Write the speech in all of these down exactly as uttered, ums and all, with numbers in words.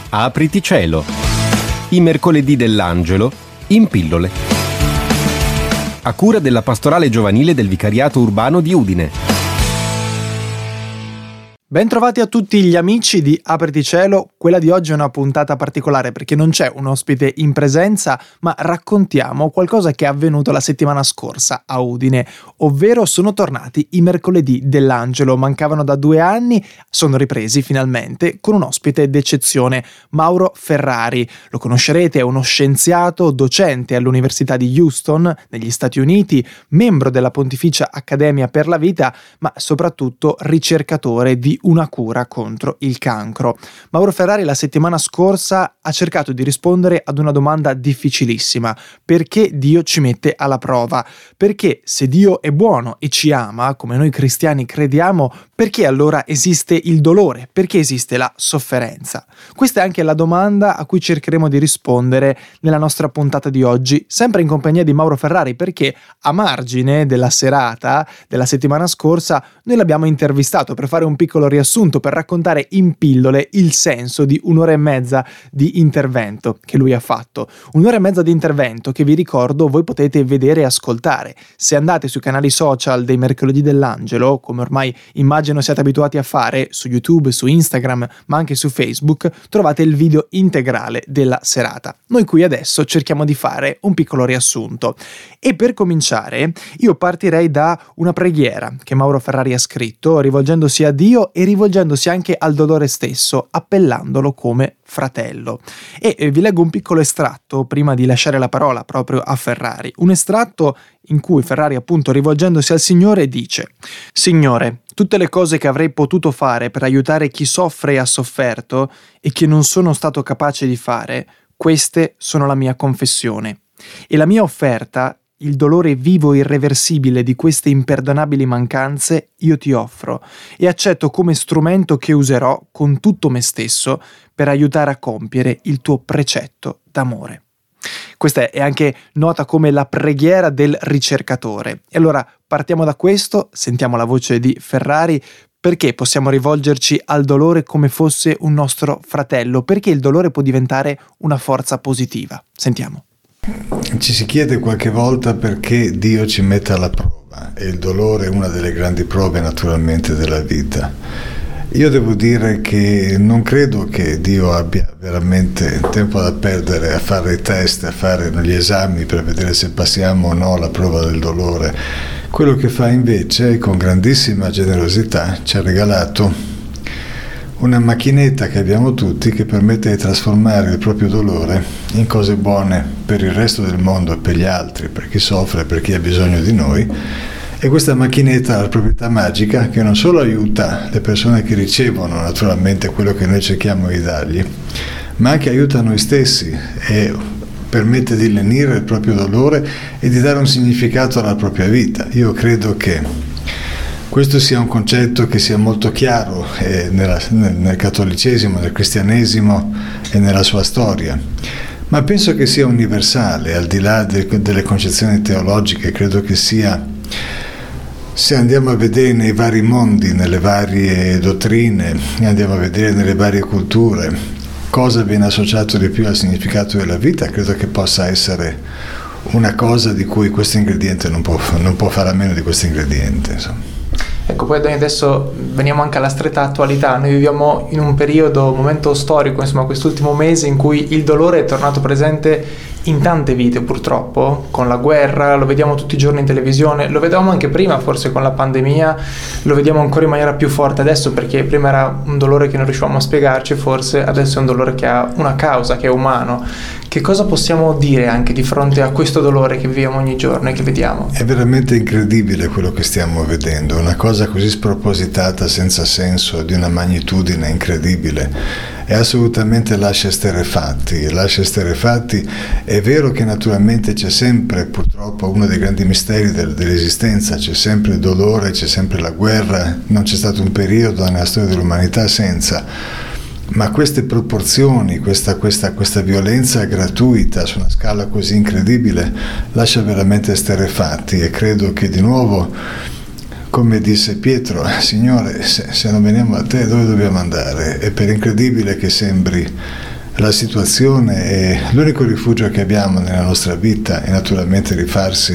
Apriti cielo. I mercoledì dell'Angelo in pillole. A cura della pastorale giovanile del Vicariato Urbano di Udine. Bentrovati a tutti gli amici di Apriti Cielo. Quella di oggi è una puntata particolare perché non c'è un ospite in presenza, ma raccontiamo qualcosa che è avvenuto la settimana scorsa a Udine, ovvero sono tornati i mercoledì dell'Angelo. Mancavano da due anni, sono ripresi finalmente con un ospite d'eccezione, Mauro Ferrari. Lo conoscerete, è uno scienziato, docente all'Università di Houston, negli Stati Uniti, membro della Pontificia Accademia per la Vita, ma soprattutto ricercatore di una cura contro il cancro. Mauro Ferrari la settimana scorsa ha cercato di rispondere ad una domanda difficilissima: perché Dio ci mette alla prova? Perché se Dio è buono e ci ama, come noi cristiani crediamo, perché allora esiste il dolore? Perché esiste la sofferenza? Questa è anche la domanda a cui cercheremo di rispondere nella nostra puntata di oggi, sempre in compagnia di Mauro Ferrari, perché a margine della serata della settimana scorsa noi l'abbiamo intervistato per fare un piccolo riassunto, per raccontare in pillole il senso di un'ora e mezza di intervento che lui ha fatto. Un'ora e mezza di intervento che, vi ricordo, voi potete vedere e ascoltare. Se andate sui canali social dei mercoledì dell'Angelo, come ormai immagino siate abituati a fare, su YouTube, su Instagram, ma anche su Facebook, trovate il video integrale della serata. Noi qui adesso cerchiamo di fare un piccolo riassunto. E per cominciare, io partirei da una preghiera che Mauro Ferrari ha scritto, rivolgendosi a Dio e rivolgendosi anche al dolore stesso, appellandolo come fratello. E vi leggo un piccolo estratto prima di lasciare la parola proprio a Ferrari. Un estratto in cui Ferrari, appunto, rivolgendosi al Signore, dice: Signore, tutte le cose che avrei potuto fare per aiutare chi soffre e ha sofferto e che non sono stato capace di fare, queste sono la mia confessione. E la mia offerta, il dolore vivo e irreversibile di queste imperdonabili mancanze, io ti offro e accetto come strumento che userò con tutto me stesso per aiutare a compiere il tuo precetto d'amore. Questa è anche nota come la preghiera del ricercatore. E allora partiamo da questo, sentiamo la voce di Ferrari. Perché possiamo rivolgerci al dolore come fosse un nostro fratello? Perché il dolore può diventare una forza positiva? Sentiamo. Ci si chiede qualche volta perché Dio ci mette alla prova, e il dolore è una delle grandi prove naturalmente della vita. Io devo dire che non credo che Dio abbia veramente tempo da perdere a fare i test, a fare gli esami per vedere se passiamo o no la prova del dolore. Quello che fa invece, con grandissima generosità, ci ha regalato una macchinetta che abbiamo tutti, che permette di trasformare il proprio dolore in cose buone per il resto del mondo e per gli altri, per chi soffre, per chi ha bisogno di noi. E questa macchinetta ha la proprietà magica che non solo aiuta le persone che ricevono naturalmente quello che noi cerchiamo di dargli, ma anche aiuta noi stessi e permette di lenire il proprio dolore e di dare un significato alla propria vita. Io credo che questo sia un concetto che sia molto chiaro eh, nella, nel, nel cattolicesimo, nel cristianesimo e nella sua storia, ma penso che sia universale, al di là de, delle concezioni teologiche. Credo che sia, se andiamo a vedere nei vari mondi, nelle varie dottrine, andiamo a vedere nelle varie culture, cosa viene associato di più al significato della vita, credo che possa essere una cosa di cui questo ingrediente non può, non può fare a meno di questo ingrediente, insomma. Ecco, poi adesso veniamo anche alla stretta attualità. Noi viviamo in un periodo, un momento storico, insomma, quest'ultimo mese in cui il dolore è tornato presente in tante vite, purtroppo, con la guerra, lo vediamo tutti i giorni in televisione, lo vedevamo anche prima, forse con la pandemia, lo vediamo ancora in maniera più forte adesso, perché prima era un dolore che non riuscivamo a spiegarci, forse adesso è un dolore che ha una causa, che è umano. Che cosa possiamo dire anche di fronte a questo dolore che viviamo ogni giorno e che vediamo? È veramente incredibile quello che stiamo vedendo, una cosa così spropositata, senza senso, di una magnitudine incredibile. E assolutamente lascia esterrefatti, lascia esterrefatti. È vero che naturalmente c'è sempre, purtroppo, uno dei grandi misteri del, dell'esistenza, c'è sempre il dolore, c'è sempre la guerra, non c'è stato un periodo nella storia dell'umanità senza. Ma queste proporzioni, questa, questa, questa violenza gratuita su una scala così incredibile lascia veramente esterrefatti, e credo che di nuovo, come disse Pietro, Signore, se, se non veniamo a te dove dobbiamo andare? E per incredibile che sembri, la situazione e l'unico rifugio che abbiamo nella nostra vita è naturalmente rifarsi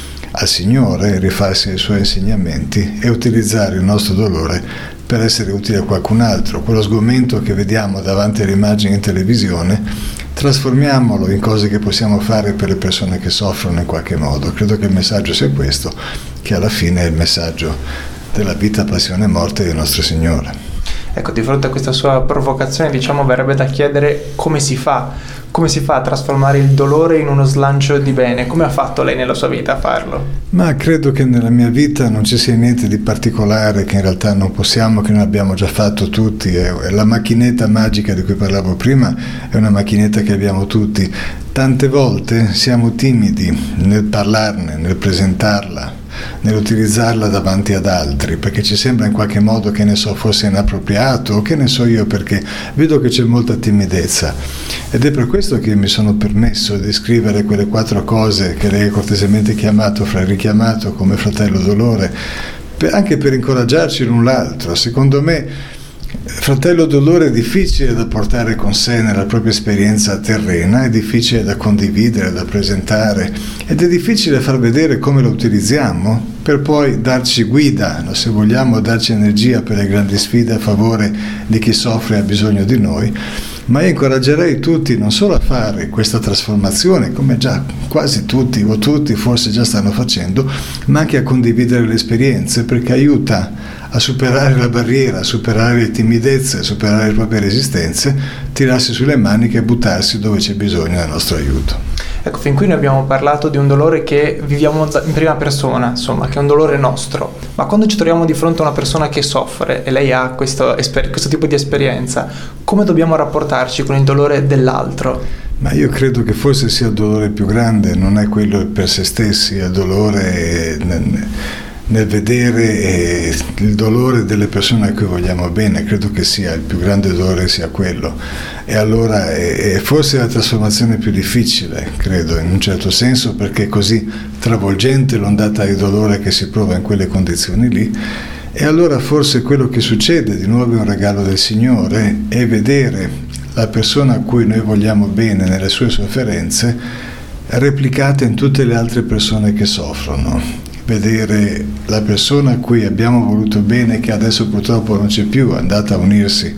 al Signore, rifarsi ai Suoi insegnamenti e utilizzare il nostro dolore per essere utile a qualcun altro. Quello sgomento che vediamo davanti alle immagini in televisione, trasformiamolo in cose che possiamo fare per le persone che soffrono in qualche modo. Credo che il messaggio sia questo, che alla fine è il messaggio della vita, passione e morte del nostro Signore. Ecco, di fronte a questa sua provocazione, diciamo, verrebbe da chiedere come si fa, come si fa a trasformare il dolore in uno slancio di bene? Come ha fatto lei nella sua vita a farlo? Ma credo che nella mia vita non ci sia niente di particolare che in realtà non possiamo, che non abbiamo già fatto tutti. La macchinetta magica di cui parlavo prima è una macchinetta che abbiamo tutti. Tante volte siamo timidi nel parlarne, nel presentarla, nell'utilizzarla davanti ad altri, perché ci sembra in qualche modo, che ne so, fosse inappropriato, o che ne so io, perché vedo che c'è molta timidezza. Ed è per questo che mi sono permesso di scrivere quelle quattro cose che lei ha cortesemente chiamato, fra richiamato come fratello dolore, per, anche per incoraggiarci l'un l'altro. Secondo me fratello dolore è difficile da portare con sé nella propria esperienza terrena, è difficile da condividere, da presentare, ed è difficile far vedere come lo utilizziamo per poi darci guida, no? Se vogliamo darci energia per le grandi sfide a favore di chi soffre e ha bisogno di noi. Ma io incoraggerei tutti non solo a fare questa trasformazione, come già quasi tutti o tutti forse già stanno facendo, ma anche a condividere le esperienze, perché aiuta a superare la barriera, a superare le timidezze, a superare le proprie resistenze, tirarsi sulle maniche e buttarsi dove c'è bisogno del nostro aiuto. Ecco, fin qui noi abbiamo parlato di un dolore che viviamo in prima persona, insomma, che è un dolore nostro, ma quando ci troviamo di fronte a una persona che soffre, e lei ha questo, esper- questo tipo di esperienza, come dobbiamo rapportarci con il dolore dell'altro? Ma io credo che forse sia il dolore più grande, non è quello per se stessi, è il dolore nel, nel vedere il dolore delle persone a cui vogliamo bene. Credo che sia il più grande dolore, sia quello. E allora è, è forse la trasformazione più difficile, credo, in un certo senso, perché è così travolgente l'ondata di dolore che si prova in quelle condizioni lì. E allora forse quello che succede, di nuovo è un regalo del Signore, è vedere la persona a cui noi vogliamo bene nelle sue sofferenze replicata in tutte le altre persone che soffrono. Vedere la persona a cui abbiamo voluto bene, che adesso purtroppo non c'è più, è andata a unirsi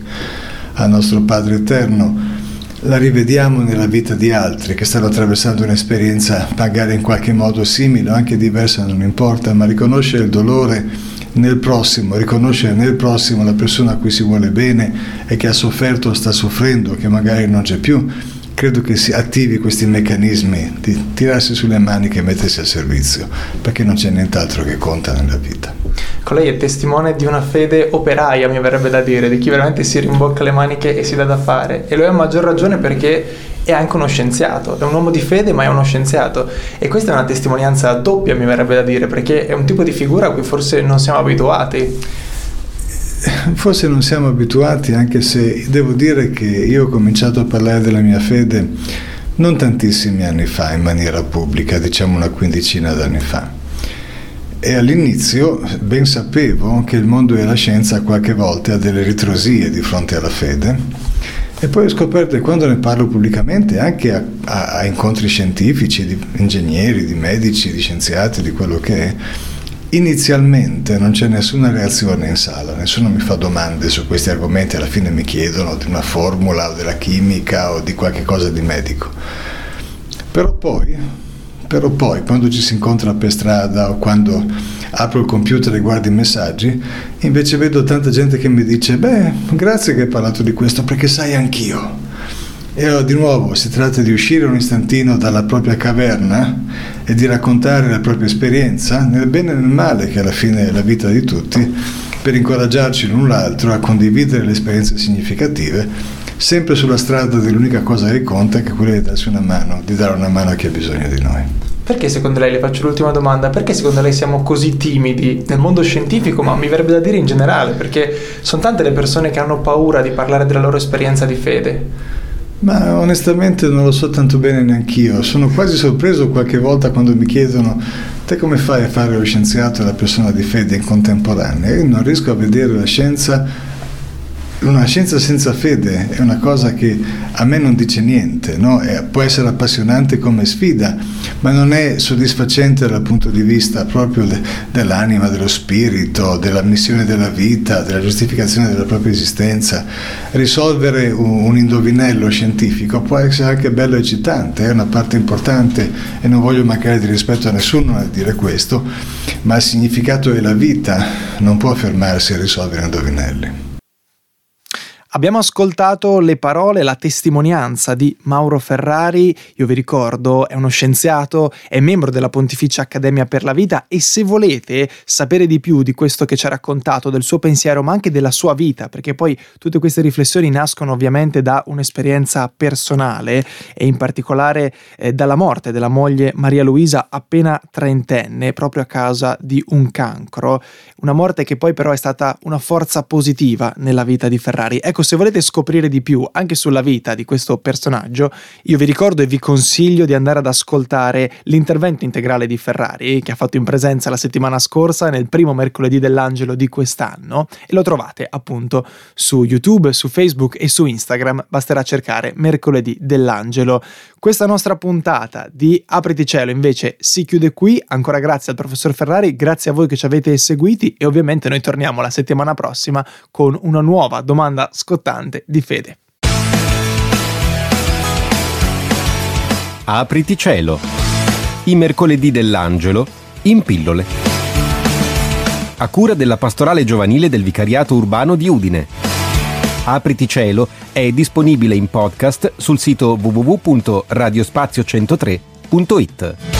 al nostro Padre Eterno, la rivediamo nella vita di altri che stanno attraversando un'esperienza magari in qualche modo simile o anche diversa, non importa, ma riconoscere il dolore nel prossimo, riconoscere nel prossimo la persona a cui si vuole bene e che ha sofferto o sta soffrendo, che magari non c'è più, credo che si attivi questi meccanismi di tirarsi sulle maniche e mettersi al servizio, perché non c'è nient'altro che conta nella vita. Con lei è testimone di una fede operaia, mi verrebbe da dire, di chi veramente si rimbocca le maniche e si dà da fare, e lo è a maggior ragione perché è anche uno scienziato, è un uomo di fede ma è uno scienziato, e questa è una testimonianza doppia, mi verrebbe da dire, perché è un tipo di figura a cui forse non siamo abituati. Forse non siamo abituati, anche se devo dire che io ho cominciato a parlare della mia fede non tantissimi anni fa in maniera pubblica, diciamo una quindicina d'anni fa. E all'inizio ben sapevo che il mondo della scienza qualche volta ha delle ritrosie di fronte alla fede, e poi ho scoperto che quando ne parlo pubblicamente, anche a, a, a incontri scientifici, di ingegneri, di medici, di scienziati, di quello che è, inizialmente non c'è nessuna reazione in sala, nessuno mi fa domande su questi argomenti, alla fine mi chiedono di una formula o della chimica o di qualche cosa di medico. Però poi, però poi quando ci si incontra per strada o quando apro il computer e guardo i messaggi, invece vedo tanta gente che mi dice: beh, grazie che hai parlato di questo, perché sai anch'io. E allora di nuovo si tratta di uscire un istantino dalla propria caverna e di raccontare la propria esperienza, nel bene e nel male, che alla fine è la vita di tutti, per incoraggiarci l'un l'altro a condividere le esperienze significative, sempre sulla strada dell'unica cosa che conta, che è quella di darsi una mano, di dare una mano a chi ha bisogno di noi. Perché secondo lei, le faccio l'ultima domanda, perché secondo lei siamo così timidi nel mondo scientifico, ma mi verrebbe da dire in generale, perché sono tante le persone che hanno paura di parlare della loro esperienza di fede? Ma onestamente non lo so tanto bene neanch'io. Sono quasi sorpreso qualche volta quando mi chiedono: te come fai a fare lo scienziato e la persona di fede in contemporanea? Io non riesco a vedere la scienza una scienza senza fede è una cosa che a me non dice niente, no? È, può essere appassionante come sfida, ma non è soddisfacente dal punto di vista proprio de, dell'anima, dello spirito, della missione della vita, della giustificazione della propria esistenza. Risolvere un, un indovinello scientifico può essere anche bello e eccitante, è una parte importante e non voglio mancare di rispetto a nessuno nel dire questo, ma il significato della vita non può fermarsi a risolvere indovinelli. Abbiamo ascoltato le parole, la testimonianza di Mauro Ferrari. Io vi ricordo, è uno scienziato, è membro della Pontificia Accademia per la Vita, e se volete sapere di più di questo che ci ha raccontato, del suo pensiero ma anche della sua vita, perché poi tutte queste riflessioni nascono ovviamente da un'esperienza personale e in particolare eh, dalla morte della moglie Maria Luisa appena trentenne proprio a causa di un cancro, una morte che poi però è stata una forza positiva nella vita di Ferrari. Ecco, se volete scoprire di più anche sulla vita di questo personaggio, io vi ricordo e vi consiglio di andare ad ascoltare l'intervento integrale di Ferrari che ha fatto in presenza la settimana scorsa nel primo mercoledì dell'Angelo di quest'anno, e lo trovate appunto su YouTube, su Facebook e su Instagram, basterà cercare Mercoledì dell'Angelo. Questa nostra puntata di Apriti Cielo invece si chiude qui. Ancora grazie al professor Ferrari, grazie a voi che ci avete seguiti, e ovviamente noi torniamo la settimana prossima con una nuova domanda scottante di fede. Apriti Cielo, i mercoledì dell'Angelo in pillole, a cura della pastorale giovanile del Vicariato Urbano di Udine. Apriti Cielo è disponibile in podcast sul sito w w w punto radiospazio centotré punto it.